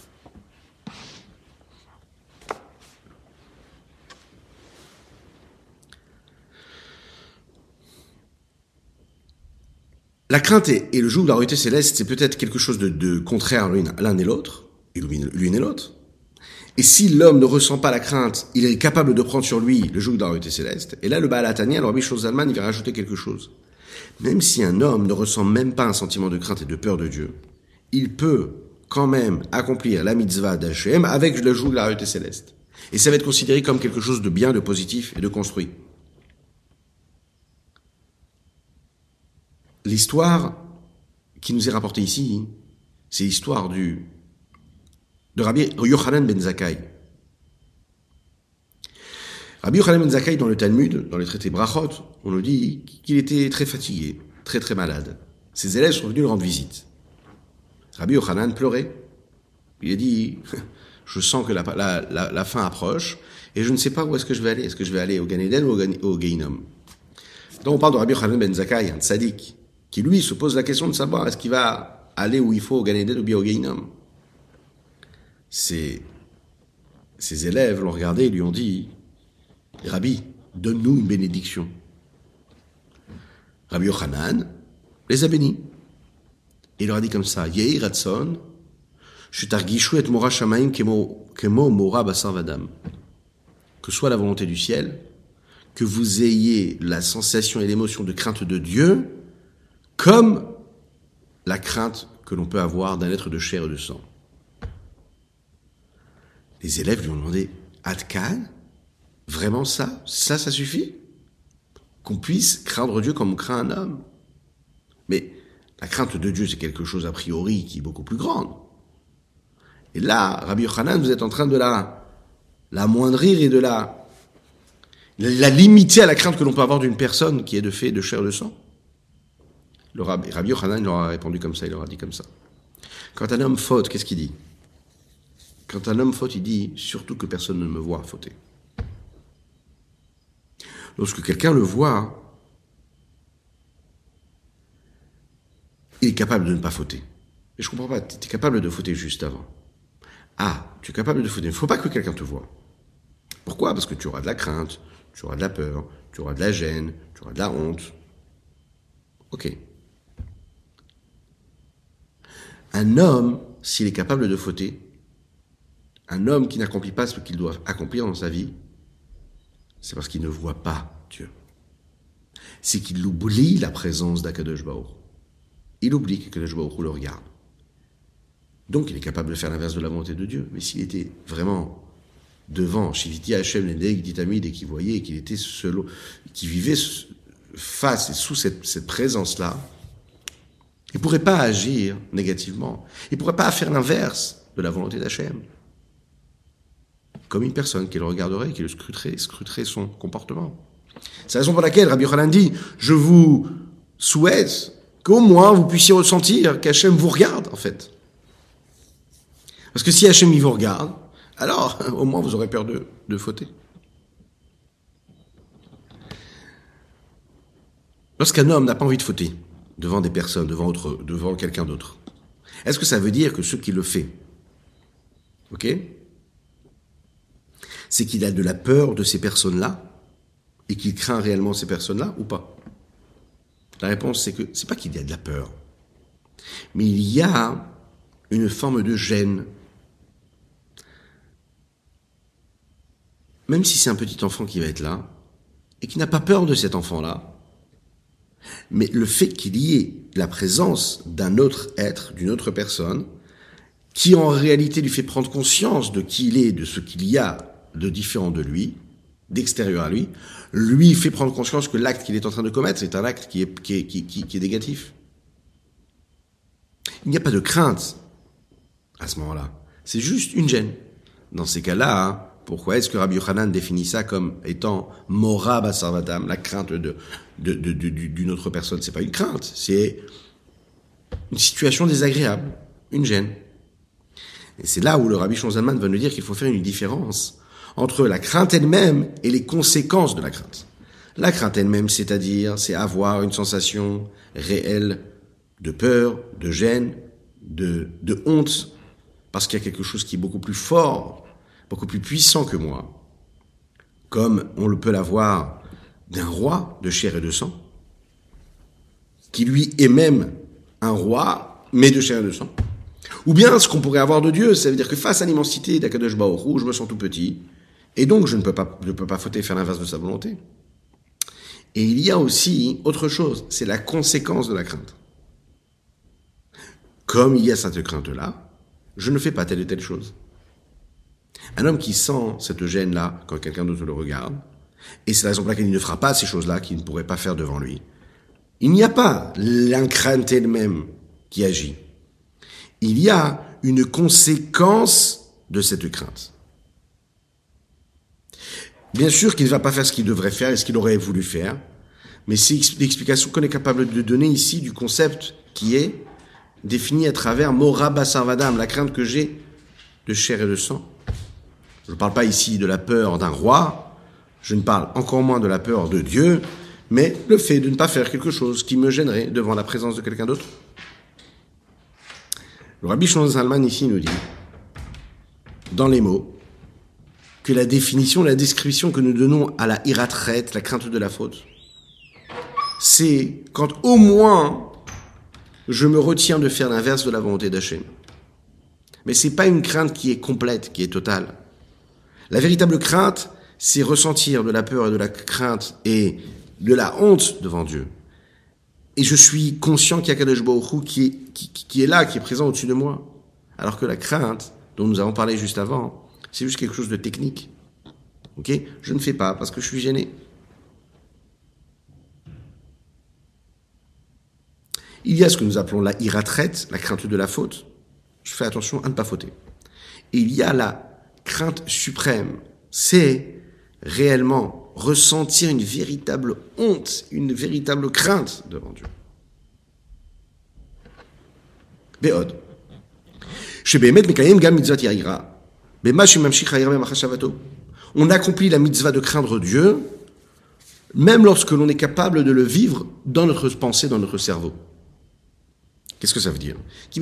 S1: La crainte et, et le joug de la royauté céleste, c'est peut-être quelque chose de, de contraire l'un et l'autre, l'une et l'autre. Et si l'homme ne ressent pas la crainte, il est capable de prendre sur lui le joug de la royauté céleste. Et là, le Baal Hatania, le Rabbi Shlomo, il va rajouter quelque chose. Même si un homme ne ressent même pas un sentiment de crainte et de peur de Dieu, il peut quand même accomplir la mitzvah d'Hachem avec le joug de la royauté céleste. Et ça va être considéré comme quelque chose de bien, de positif et de construit. L'histoire qui nous est rapportée ici, c'est l'histoire du, de Rabbi Yochanan ben Zakkai. Rabbi Yochanan ben Zakkai, dans le Talmud, dans les traités Brachot, on nous dit qu'il était très fatigué, très très malade. Ses élèves sont venus lui rendre visite. Rabbi Yochanan pleurait. Il a dit, je sens que la, la, la, la fin approche, et je ne sais pas où est-ce que je vais aller. Est-ce que je vais aller au Gan Eden ou au, au Gehinom? Donc on parle de Rabbi Yochanan ben Zakkai, un tzaddik, qui lui se pose la question de savoir est-ce qu'il va aller où il faut au Gan Eden ou bien au Gehinom. Ses, ses élèves l'ont regardé et lui ont dit, Rabbi, donne-nous une bénédiction. Rabbi Yochanan les a bénis. Et il leur a dit comme ça, Yehi Ratson, Shetargishu et Mora Shamaim kemo Mora Basar Vadam. Que soit la volonté du ciel, que vous ayez la sensation et l'émotion de crainte de Dieu, comme la crainte que l'on peut avoir d'un être de chair et de sang. Les élèves lui ont demandé, Adkan, vraiment ça? Ça, ça suffit? Qu'on puisse craindre Dieu comme on craint un homme? Mais la crainte de Dieu, c'est quelque chose a priori qui est beaucoup plus grande. Et là, Rabbi Yochanan, vous êtes en train de la, la amoindrir et de la, la limiter à la crainte que l'on peut avoir d'une personne qui est de fait de chair et de sang. Le Rabbi, Rabbi Yochanan leur a répondu comme ça, il leur a dit comme ça. Quand un homme faute, qu'est-ce qu'il dit? Quand un homme faute, il dit surtout que personne ne me voit fauter. Lorsque quelqu'un le voit, il est capable de ne pas fauter. Mais je comprends pas, tu es capable de fauter juste avant. Ah, tu es capable de fauter, il ne faut pas que quelqu'un te voie. Pourquoi? Parce que tu auras de la crainte, tu auras de la peur, tu auras de la gêne, tu auras de la honte. Ok. Un homme, s'il est capable de fauter, un homme qui n'accomplit pas ce qu'il doit accomplir dans sa vie, c'est parce qu'il ne voit pas Dieu. C'est qu'il oublie la présence d'Akadosh Baruch. Il oublie qu'Akadosh Baruch le regarde. Donc il est capable de faire l'inverse de la volonté de Dieu. Mais s'il était vraiment devant Shiviti Hashem Nedek Ditamid et qu'il voyait et qu'il était seul, qu'il vivait face et sous cette, cette présence-là, il ne pourrait pas agir négativement. Il ne pourrait pas faire l'inverse de la volonté d'Hachem. Comme une personne qui le regarderait, qui le scruterait, scruterait son comportement. C'est la raison pour laquelle Rabbi Yochanan dit, je vous souhaite qu'au moins vous puissiez ressentir qu'Hachem vous regarde, en fait. Parce que si Hachem il vous regarde, alors au moins vous aurez peur de, de fauter. Lorsqu'un homme n'a pas envie de fauter devant des personnes, devant, autre, devant quelqu'un d'autre, est-ce que ça veut dire que ce qui le fait, ok, c'est qu'il a de la peur de ces personnes-là et qu'il craint réellement ces personnes-là ou pas? La réponse, c'est que c'est pas qu'il y a de la peur, mais il y a une forme de gêne. Même si c'est un petit enfant qui va être là, et qui n'a pas peur de cet enfant-là, mais le fait qu'il y ait la présence d'un autre être, d'une autre personne, qui en réalité lui fait prendre conscience de qui il est, de ce qu'il y a de différent de lui, d'extérieur à lui, lui fait prendre conscience que l'acte qu'il est en train de commettre, c'est un acte qui est, qui est, qui, qui, qui est négatif. Il n'y a pas de crainte à ce moment-là. C'est juste une gêne. Dans ces cas-là, hein, pourquoi est-ce que Rabbi Yochanan définit ça comme étant Mora Basarvatam, la crainte de, de, de, de, d'une autre personne? C'est pas une crainte, c'est une situation désagréable, une gêne. Et c'est là où le Rabbi Shonzalman va nous dire qu'il faut faire une différence entre la crainte elle-même et les conséquences de la crainte. La crainte elle-même, c'est-à-dire, c'est avoir une sensation réelle de peur, de gêne, de, de honte, parce qu'il y a quelque chose qui est beaucoup plus fort, beaucoup plus puissant que moi, comme on le peut l'avoir d'un roi de chair et de sang, qui lui est même un roi, mais de chair et de sang. Ou bien ce qu'on pourrait avoir de Dieu, ça veut dire que face à l'immensité d'Akadosh Baruch Hu, je me sens tout petit, et donc je ne peux pas, je ne peux pas fauter, faire l'inverse de sa volonté. Et il y a aussi autre chose, c'est la conséquence de la crainte. Comme il y a cette crainte-là, je ne fais pas telle et telle chose. Un homme qui sent cette gêne-là quand quelqu'un d'autre le regarde, et c'est la raison pour laquelle il ne fera pas ces choses-là qu'il ne pourrait pas faire devant lui, il n'y a pas la crainte elle-même qui agit. Il y a une conséquence de cette crainte. Bien sûr qu'il ne va pas faire ce qu'il devrait faire et ce qu'il aurait voulu faire, mais c'est l'explication qu'on est capable de donner ici du concept qui est défini à travers Mora Basarvadam, la crainte que j'ai de chair et de sang. Je ne parle pas ici de la peur d'un roi, je ne parle encore moins de la peur de Dieu, mais le fait de ne pas faire quelque chose qui me gênerait devant la présence de quelqu'un d'autre. Le Rabbi Shonzalman ici nous dit, dans les mots, que la définition, la description que nous donnons à la hiratret, la crainte de la faute, c'est quand au moins je me retiens de faire l'inverse de la volonté d'Hachem. Mais c'est pas une crainte qui est complète, qui est totale. La véritable crainte, c'est ressentir de la peur et de la crainte et de la honte devant Dieu. Et je suis conscient qu'il y a Kadosh Baruch Hu qui est, qui, qui est là, qui est présent au-dessus de moi. Alors que la crainte, dont nous avons parlé juste avant, c'est juste quelque chose de technique. Ok ? Je ne fais pas parce que je suis gêné. Il y a ce que nous appelons la hiratret, la crainte de la faute. Je fais attention à ne pas fauter. Et il y a la crainte suprême. C'est réellement ressentir une véritable honte, une véritable crainte devant Dieu. Be'od. Shebe'emet mekayem gam mitzvat yaira. Be'ma shemamshich hayir memachashavato. On accomplit la mitzvah de craindre Dieu, même lorsque l'on est capable de le vivre dans notre pensée, dans notre cerveau. Qu'est-ce que ça veut dire?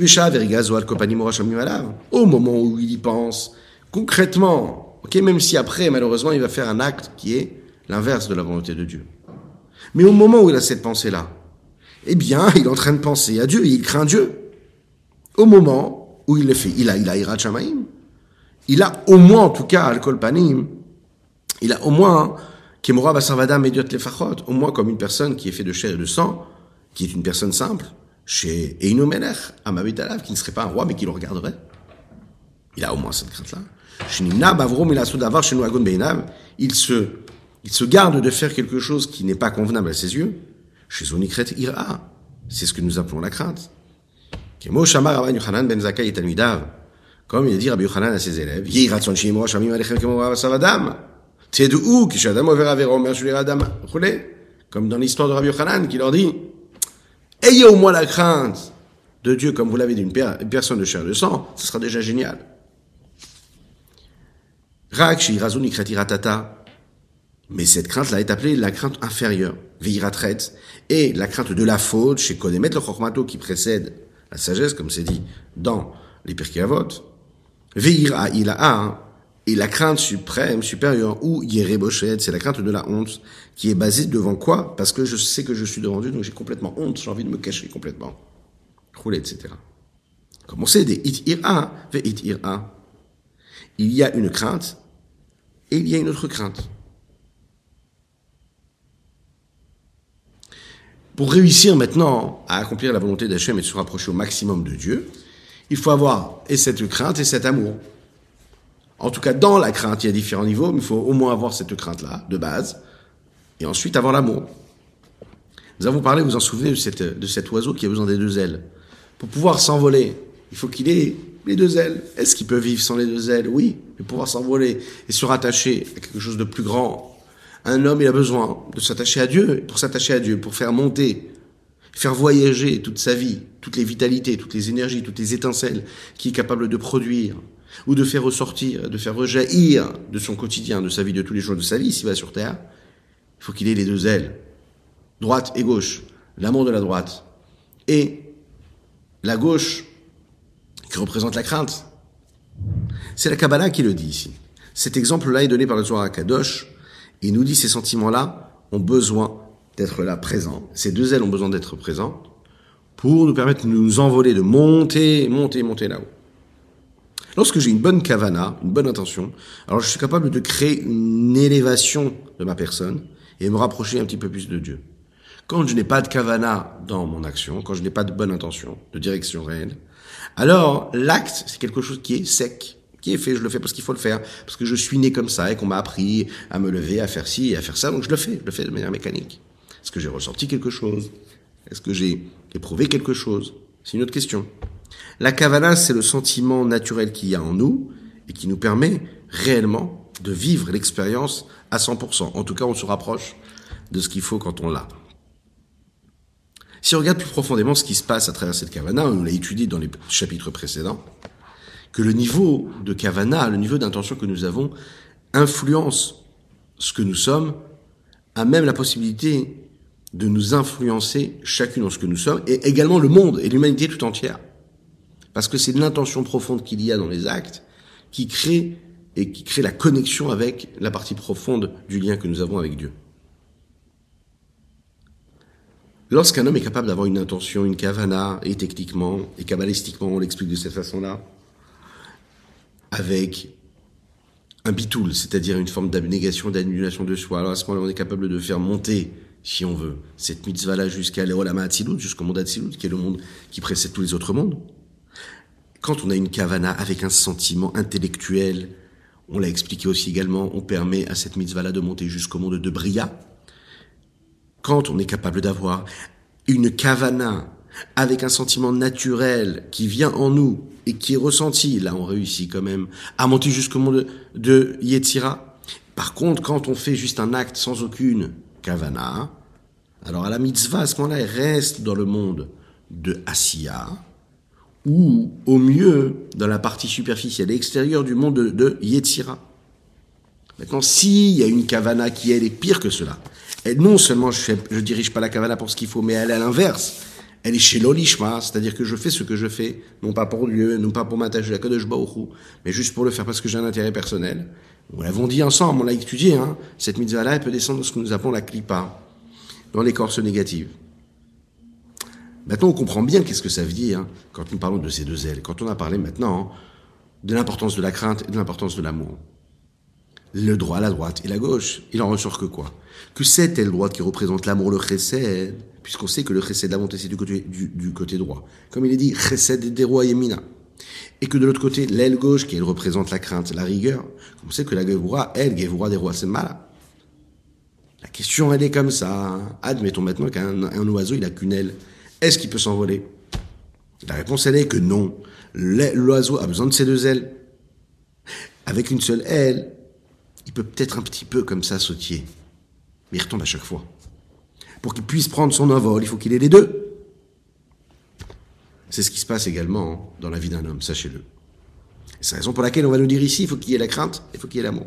S1: Au moment où il y pense, concrètement, okay, même si après, malheureusement, il va faire un acte qui est l'inverse de la volonté de Dieu. Mais au moment où il a cette pensée-là, eh bien, il est en train de penser à Dieu et il craint Dieu. Au moment où il le fait, il a, il a Hirat Shamayim. Il a au moins, en tout cas, Al-Kol Panim, il a au moins, Kemora Basarvadam Mediot Lefachot, au moins comme une personne qui est faite de chair et de sang, qui est une personne simple, chez Eino Melech, Amabit Alav, qui ne serait pas un roi, mais qui le regarderait. Il a au moins cette crainte-là. Il se, il se garde de faire quelque chose qui n'est pas convenable à ses yeux. Chez Zonikret Ira. C'est ce que nous appelons la crainte. Comme il a dit Rabbi Yochanan à ses élèves, comme dans l'histoire de Rabbi Yochanan, qui leur dit, ayez au moins la crainte de Dieu comme vous l'avez d'une per- personne de chair et de sang, ce sera déjà génial. Mais cette crainte-là est appelée la crainte inférieure, veiratret, et la crainte de la faute, chez Kodemet le Chochmato, qui précède la sagesse, comme c'est dit dans les Pirkei Avot, veira ilaha, Et la crainte suprême, supérieure, ou Yereboshet, c'est la crainte de la honte, qui est basée devant quoi? Parce que je sais que je suis devant Dieu, donc j'ai complètement honte, j'ai envie de me cacher complètement. Rouler, et cetera. Comme on sait, des it ira, ve it ira. Il y a une crainte, et il y a une autre crainte. Pour réussir maintenant à accomplir la volonté d'Hachem et de se rapprocher au maximum de Dieu, il faut avoir et cette crainte et cet amour. En tout cas, dans la crainte, il y a différents niveaux, mais il faut au moins avoir cette crainte-là, de base, et ensuite avoir l'amour. Nous avons parlé, vous vous en souvenez, de, cette, de cet oiseau qui a besoin des deux ailes. Pour pouvoir s'envoler, il faut qu'il ait les deux ailes. Est-ce qu'il peut vivre sans les deux ailes? Oui, mais pouvoir s'envoler et se rattacher à quelque chose de plus grand. Un homme, il a besoin de s'attacher à Dieu, pour s'attacher à Dieu, pour faire monter, faire voyager toute sa vie, toutes les vitalités, toutes les énergies, toutes les étincelles qu'il est capable de produire, ou de faire ressortir, de faire rejaillir de son quotidien, de sa vie, de tous les jours de sa vie, s'il va sur Terre. Il faut qu'il ait les deux ailes, droite et gauche, l'amour de la droite, et la gauche, qui représente la crainte. C'est la Kabbalah qui le dit ici. Cet exemple-là est donné par le Zohar HaKadosh. Il nous dit ces sentiments-là ont besoin d'être là présents. Ces deux ailes ont besoin d'être présents pour nous permettre de nous envoler, de monter, monter, monter là-haut. Lorsque j'ai une bonne kavana, une bonne intention, alors je suis capable de créer une élévation de ma personne et me rapprocher un petit peu plus de Dieu. Quand je n'ai pas de kavana dans mon action, quand je n'ai pas de bonne intention, de direction réelle, alors l'acte, c'est quelque chose qui est sec, qui est fait, je le fais parce qu'il faut le faire, parce que je suis né comme ça et qu'on m'a appris à me lever, à faire ci et à faire ça, donc je le fais, je le fais de manière mécanique. Est-ce que j'ai ressenti quelque chose? Est-ce que j'ai éprouvé quelque chose? C'est une autre question. La kavana, c'est le sentiment naturel qu'il y a en nous et qui nous permet réellement de vivre l'expérience à cent pour cent. En tout cas, on se rapproche de ce qu'il faut quand on l'a. Si on regarde plus profondément ce qui se passe à travers cette kavana, on l'a étudié dans les chapitres précédents, que le niveau de kavana, le niveau d'intention que nous avons, influence ce que nous sommes, a même la possibilité de nous influencer chacune en ce que nous sommes, et également le monde et l'humanité tout entière. Parce que c'est l'intention profonde qu'il y a dans les actes qui crée et qui crée la connexion avec la partie profonde du lien que nous avons avec Dieu. Lorsqu'un homme est capable d'avoir une intention, une kavana, et techniquement, et kabbalistiquement, on l'explique de cette façon-là, avec un bitoul, c'est-à-dire une forme d'abnégation, d'annulation de soi, alors à ce moment-là, on est capable de faire monter, si on veut, cette mitzvah-là jusqu'à l'Eolama Atzilut, jusqu'au monde Atzilut, qui est le monde qui précède tous les autres mondes. Quand on a une kavana avec un sentiment intellectuel, on l'a expliqué aussi également, on permet à cette mitzvah-là de monter jusqu'au monde de Bria. Quand on est capable d'avoir une kavana avec un sentiment naturel qui vient en nous et qui est ressenti, là on réussit quand même à monter jusqu'au monde de Yetzira. Par contre, quand on fait juste un acte sans aucune kavana, alors à la mitzvah, à ce moment-là, elle reste dans le monde de Asiya, ou au mieux dans la partie superficielle extérieure du monde de, de Yetzira. Maintenant, s'il y a une kavana qui, elle, est pire que cela, et non seulement je ne dirige pas la kavana pour ce qu'il faut, mais elle est à l'inverse. Elle est chez l'olishma, c'est-à-dire que je fais ce que je fais, non pas pour Dieu, non pas pour m'attacher à Kadosh Baruch Hu, mais juste pour le faire parce que j'ai un intérêt personnel. Nous l'avons dit ensemble, on l'a étudié, hein. Cette mitzvah-là, elle peut descendre dans ce que nous appelons la klipa, dans l'écorce négative. Maintenant, on comprend bien qu'est-ce que ça veut dire hein, quand nous parlons de ces deux ailes. Quand on a parlé maintenant hein, de l'importance de la crainte et de l'importance de l'amour. Le droit, la droite et la gauche, il en ressort que quoi? Que cette aile droite qui représente l'amour, le chesed, puisqu'on sait que le chesed, la montée, c'est du côté, du, du côté droit. Comme il est dit, chesed des rois yemina. Et que de l'autre côté, l'aile gauche, qui elle représente la crainte, la rigueur, on sait que la gevura, elle, gevura des rois, c'est mal. La question, elle est comme ça. Admettons maintenant qu'un un oiseau, il a qu'une aile. Est-ce qu'il peut s'envoler? La réponse, elle est que non. L'oiseau a besoin de ses deux ailes. Avec une seule aile, il peut peut-être un petit peu comme ça sautiller. Mais il retombe à chaque fois. Pour qu'il puisse prendre son envol, il faut qu'il ait les deux. C'est ce qui se passe également dans la vie d'un homme, sachez-le. C'est la raison pour laquelle on va nous dire ici, il faut qu'il y ait la crainte, il faut qu'il y ait l'amour.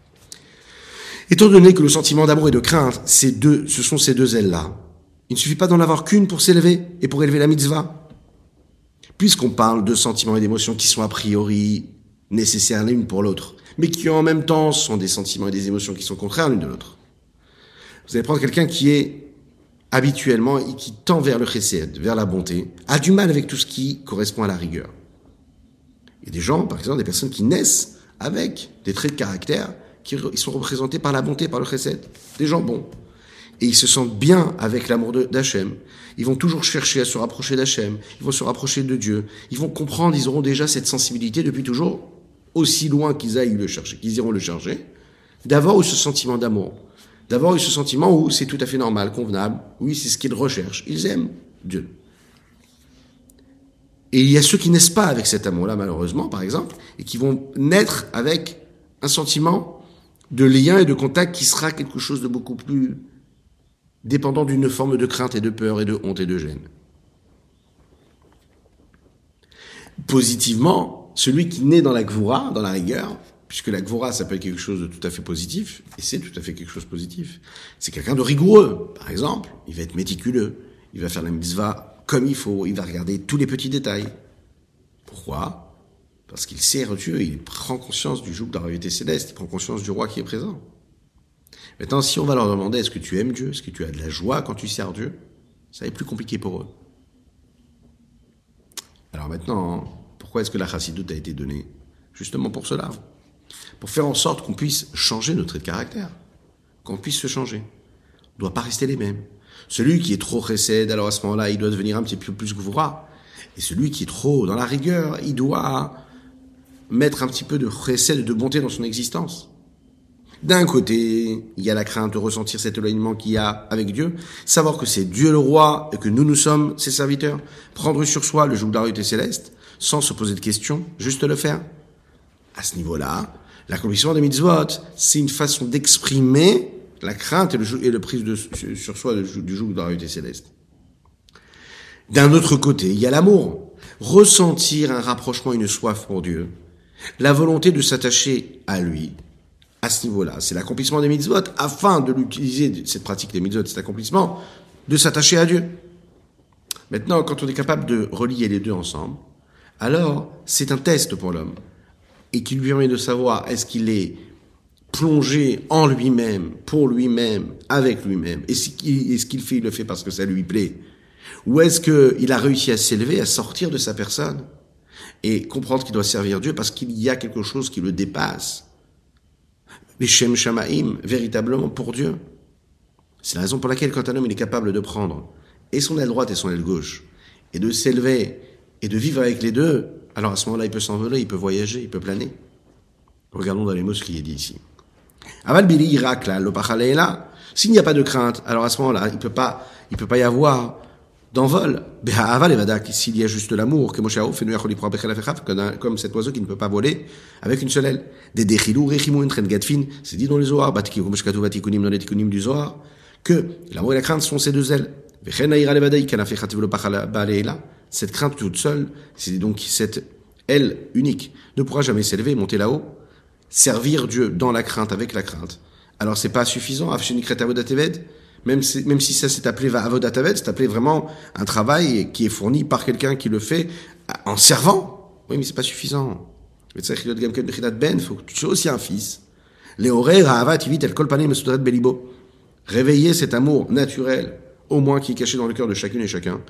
S1: Étant donné que le sentiment d'amour et de crainte, ces deux, ce sont ces deux ailes-là, il ne suffit pas d'en avoir qu'une pour s'élever et pour élever la mitzvah. Puisqu'on parle de sentiments et d'émotions qui sont a priori nécessaires l'une pour l'autre, mais qui en même temps sont des sentiments et des émotions qui sont contraires l'une de l'autre. Vous allez prendre quelqu'un qui est habituellement et qui tend vers le chesed, vers la bonté, a du mal avec tout ce qui correspond à la rigueur. Il y a des gens, par exemple, des personnes qui naissent avec des traits de caractère qui sont représentés par la bonté, par le chesed. Des gens bons. Et ils se sentent bien avec l'amour d'Hachem. Ils vont toujours chercher à se rapprocher d'Hachem. Ils vont se rapprocher de Dieu. Ils vont comprendre, ils auront déjà cette sensibilité depuis toujours, aussi loin qu'ils aillent le chercher, qu'ils iront le chercher, d'avoir eu ce sentiment d'amour. D'avoir eu ce sentiment où c'est tout à fait normal, convenable. Oui, c'est ce qu'ils recherchent. Ils aiment Dieu. Et il y a ceux qui naissent pas avec cet amour-là, malheureusement, par exemple, et qui vont naître avec un sentiment de lien et de contact qui sera quelque chose de beaucoup plus dépendant d'une forme de crainte et de peur et de honte et de gêne. Positivement, celui qui naît dans la gvoura, dans la rigueur, puisque la gvoura, ça peut être quelque chose de tout à fait positif, et c'est tout à fait quelque chose de positif, c'est quelqu'un de rigoureux. Par exemple, il va être méticuleux, il va faire la mitzvah comme il faut, il va regarder tous les petits détails. Pourquoi ? Parce qu'il sert Dieu, il prend conscience du joug de la royauté céleste, il prend conscience du roi qui est présent. Maintenant, si on va leur demander, est-ce que tu aimes Dieu ? Est-ce que tu as de la joie quand tu sers Dieu ? Ça va être plus compliqué pour eux. Alors maintenant, pourquoi est-ce que la chassidoute a été donnée ? Justement pour cela. Pour faire en sorte qu'on puisse changer nos traits de caractère. Qu'on puisse se changer. On ne doit pas rester les mêmes. Celui qui est trop chesed, alors à ce moment-là, il doit devenir un petit peu plus gvoura. Et celui qui est trop dans la rigueur, il doit mettre un petit peu de chesed, de bonté dans son existence. D'un côté, il y a la crainte de ressentir cet éloignement qu'il y a avec Dieu, savoir que c'est Dieu le roi et que nous, nous sommes ses serviteurs, prendre sur soi le joug de la royauté céleste, sans se poser de questions, juste le faire. À ce niveau-là, l'accomplissement des mitzvot, c'est une façon d'exprimer la crainte et le, et le prise de, sur soi du joug de la royauté céleste. D'un autre côté, il y a l'amour. Ressentir un rapprochement, une soif pour Dieu. La volonté de s'attacher à lui. À ce niveau-là, c'est l'accomplissement des mitzvot, afin de l'utiliser, cette pratique des mitzvot, cet accomplissement, de s'attacher à Dieu. Maintenant, quand on est capable de relier les deux ensemble, alors c'est un test pour l'homme, et qui lui permet de savoir est-ce qu'il est plongé en lui-même, pour lui-même, avec lui-même, est-ce qu'il, est-ce qu'il fait, il le fait parce que ça lui plaît, ou est-ce qu'il a réussi à s'élever, à sortir de sa personne, et comprendre qu'il doit servir Dieu parce qu'il y a quelque chose qui le dépasse. Les Shem Shamaim, véritablement pour Dieu. C'est la raison pour laquelle quand un homme il est capable de prendre et son aile droite et son aile gauche, et de s'élever et de vivre avec les deux, alors à ce moment-là il peut s'envoler, il peut voyager, il peut planer. Regardons dans les mots ce qui est dit ici. Aval Bili Irak là, l'opachale là. S'il n'y a pas de crainte, alors à ce moment-là il peut pas, il peut pas y avoir d'envol. Aval Evadak, s'il y a juste l'amour, comme cet oiseau qui ne peut pas voler avec une seule aile. Des dechilou rechimou une traîne gadfin, c'est dit dans les Zohar, batiki kumeshkatu vatikunim dans les tikunim du Zohar, que l'amour et la crainte sont ces deux ailes. Cette crainte toute seule, c'est donc cette aile unique, ne pourra jamais s'élever, monter là-haut, servir Dieu dans la crainte, avec la crainte. Alors c'est pas suffisant, même si, même si ça s'est appelé Avodat Haved, c'est appelé vraiment un travail qui est fourni par quelqu'un qui le fait en servant. Oui, mais c'est pas suffisant. Il faut que tu sois aussi un fils. Réveiller cet amour naturel, au moins qui est caché dans le cœur de chacune et chacun.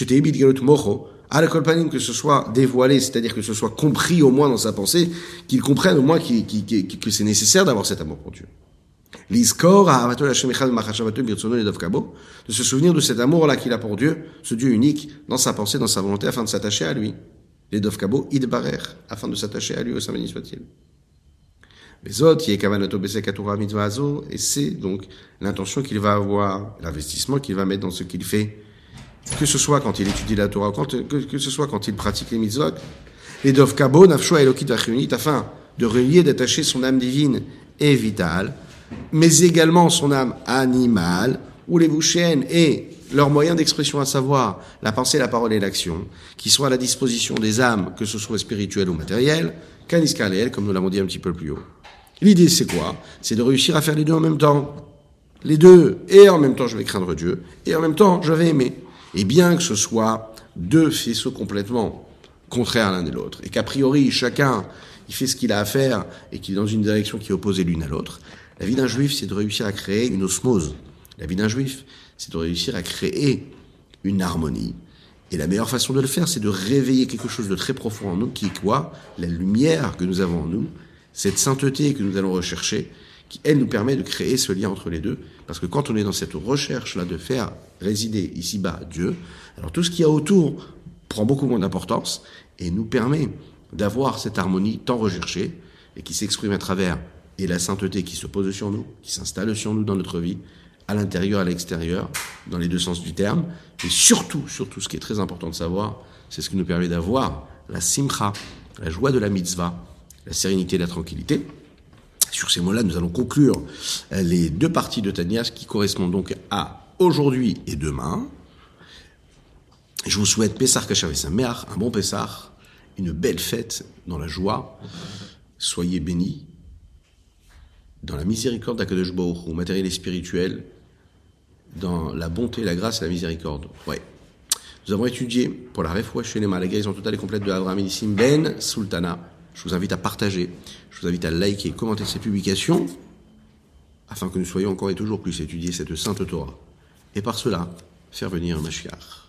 S1: Que ce soit dévoilé, c'est-à-dire que ce soit compris au moins dans sa pensée, qu'il comprenne au moins qu'il, qu'il, qu'il, que c'est nécessaire d'avoir cet amour pour Dieu. De se souvenir de cet amour-là qu'il a pour Dieu, ce Dieu unique, dans sa pensée, dans sa volonté, afin de s'attacher à lui. Les dovkabo idbarer, afin de s'attacher à lui, au Saint béni soit-il. Et c'est donc l'intention qu'il va avoir, l'investissement qu'il va mettre dans ce qu'il fait, que ce soit quand il étudie la Torah, quand, que, que ce soit quand il pratique les mitzvot, les dovkabo nafsho elokit vachionit, afin de relier, d'attacher son âme divine et vitale, mais également son âme animale, ou les bouchènes et leurs moyens d'expression, à savoir la pensée, la parole et l'action, qui sont à la disposition des âmes, que ce soit spirituelles ou matérielles, kaniskaleel, comme nous l'avons dit un petit peu plus haut. L'idée, c'est quoi ? C'est de réussir à faire les deux en même temps. Les deux, et en même temps, je vais craindre Dieu, et en même temps, je vais aimer. Et bien que ce soit deux faisceaux complètement contraires l'un de l'autre, et qu'a priori, chacun, il fait ce qu'il a à faire et qu'il est dans une direction qui est opposée l'une à l'autre. La vie d'un juif, c'est de réussir à créer une osmose. La vie d'un juif, c'est de réussir à créer une harmonie. Et la meilleure façon de le faire, c'est de réveiller quelque chose de très profond en nous, qui est quoi? La lumière que nous avons en nous, cette sainteté que nous allons rechercher, qui, elle, nous permet de créer ce lien entre les deux. Parce que quand on est dans cette recherche-là de faire résider ici-bas Dieu, alors tout ce qu'il y a autour prend beaucoup moins d'importance et nous permet d'avoir cette harmonie tant recherchée et qui s'exprime à travers et la sainteté qui se pose sur nous, qui s'installe sur nous dans notre vie, à l'intérieur, à l'extérieur, dans les deux sens du terme. Et surtout, surtout, ce qui est très important de savoir, c'est ce qui nous permet d'avoir la simcha, la joie de la mitzvah, la sérénité et la tranquillité. Sur ces mots-là, nous allons conclure les deux parties de Tanya, qui correspondent donc à aujourd'hui et demain. Je vous souhaite Pessah Kasher V'Sameach, un bon Pessah, une belle fête dans la joie. Soyez bénis dans la miséricorde d'Akadosh Baruch Hu, matériel et spirituel, dans la bonté, la grâce et la miséricorde. Ouais. Nous avons étudié pour la Refoua Shelema, la guérison totale et complète de Avraham Nissim Ben Sultana. Je vous invite à partager, je vous invite à liker, commenter ces publications, afin que nous soyons encore et toujours plus étudier cette sainte Torah. Et par cela, faire venir Mashiach.